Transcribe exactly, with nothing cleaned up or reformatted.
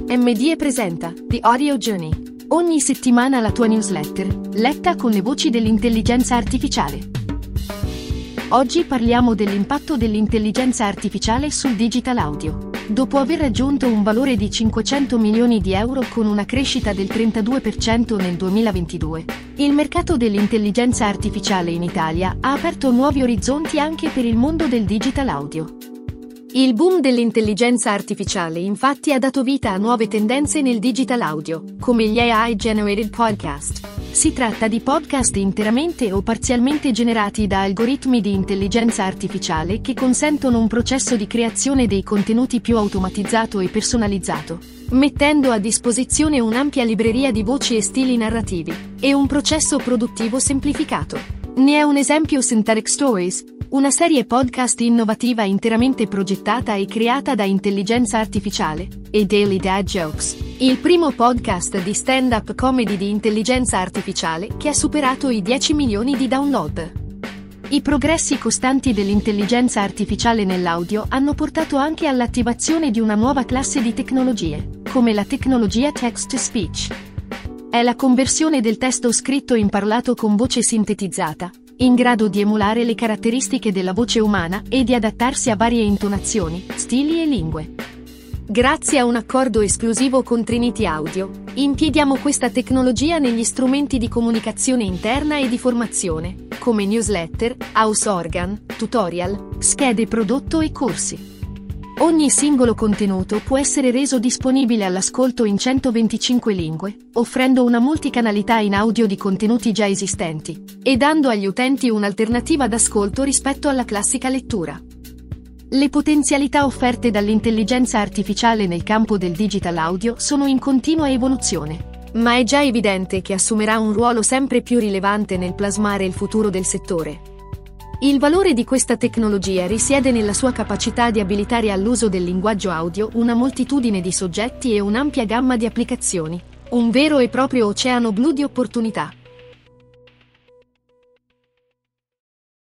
M D E presenta The Audio Journey. Ogni settimana la tua newsletter, letta con le voci dell'intelligenza artificiale. Oggi parliamo dell'impatto dell'intelligenza artificiale sul digital audio. Dopo aver raggiunto un valore di cinquecento milioni di euro con una crescita del trentadue per cento nel duemilaventidue, il mercato dell'intelligenza artificiale in Italia ha aperto nuovi orizzonti anche per il mondo del digital audio. Il boom dell'intelligenza artificiale infatti ha dato vita a nuove tendenze nel digital audio, come gli A I-generated podcast. Si tratta di podcast interamente o parzialmente generati da algoritmi di intelligenza artificiale che consentono un processo di creazione dei contenuti più automatizzato e personalizzato, mettendo a disposizione un'ampia libreria di voci e stili narrativi, e un processo produttivo semplificato. Ne è un esempio Synthetic Stories, una serie podcast innovativa interamente progettata e creata da intelligenza artificiale, e Daily Dad Jokes, il primo podcast di stand-up comedy di intelligenza artificiale che ha superato i dieci milioni di download. I progressi costanti dell'intelligenza artificiale nell'audio hanno portato anche all'attivazione di una nuova classe di tecnologie, come la tecnologia text-to-speech. È la conversione del testo scritto in parlato con voce sintetizzata, in grado di emulare le caratteristiche della voce umana e di adattarsi a varie intonazioni, stili e lingue. Grazie a un accordo esclusivo con Trinity Audio, impieghiamo questa tecnologia negli strumenti di comunicazione interna e di formazione, come newsletter, house organ, tutorial, schede prodotto e corsi. Ogni singolo contenuto può essere reso disponibile all'ascolto in centoventicinque lingue, offrendo una multicanalità in audio di contenuti già esistenti, e dando agli utenti un'alternativa d'ascolto rispetto alla classica lettura. Le potenzialità offerte dall'intelligenza artificiale nel campo del digital audio sono in continua evoluzione, ma è già evidente che assumerà un ruolo sempre più rilevante nel plasmare il futuro del settore. Il valore di questa tecnologia risiede nella sua capacità di abilitare all'uso del linguaggio audio una moltitudine di soggetti e un'ampia gamma di applicazioni, un vero e proprio oceano blu di opportunità.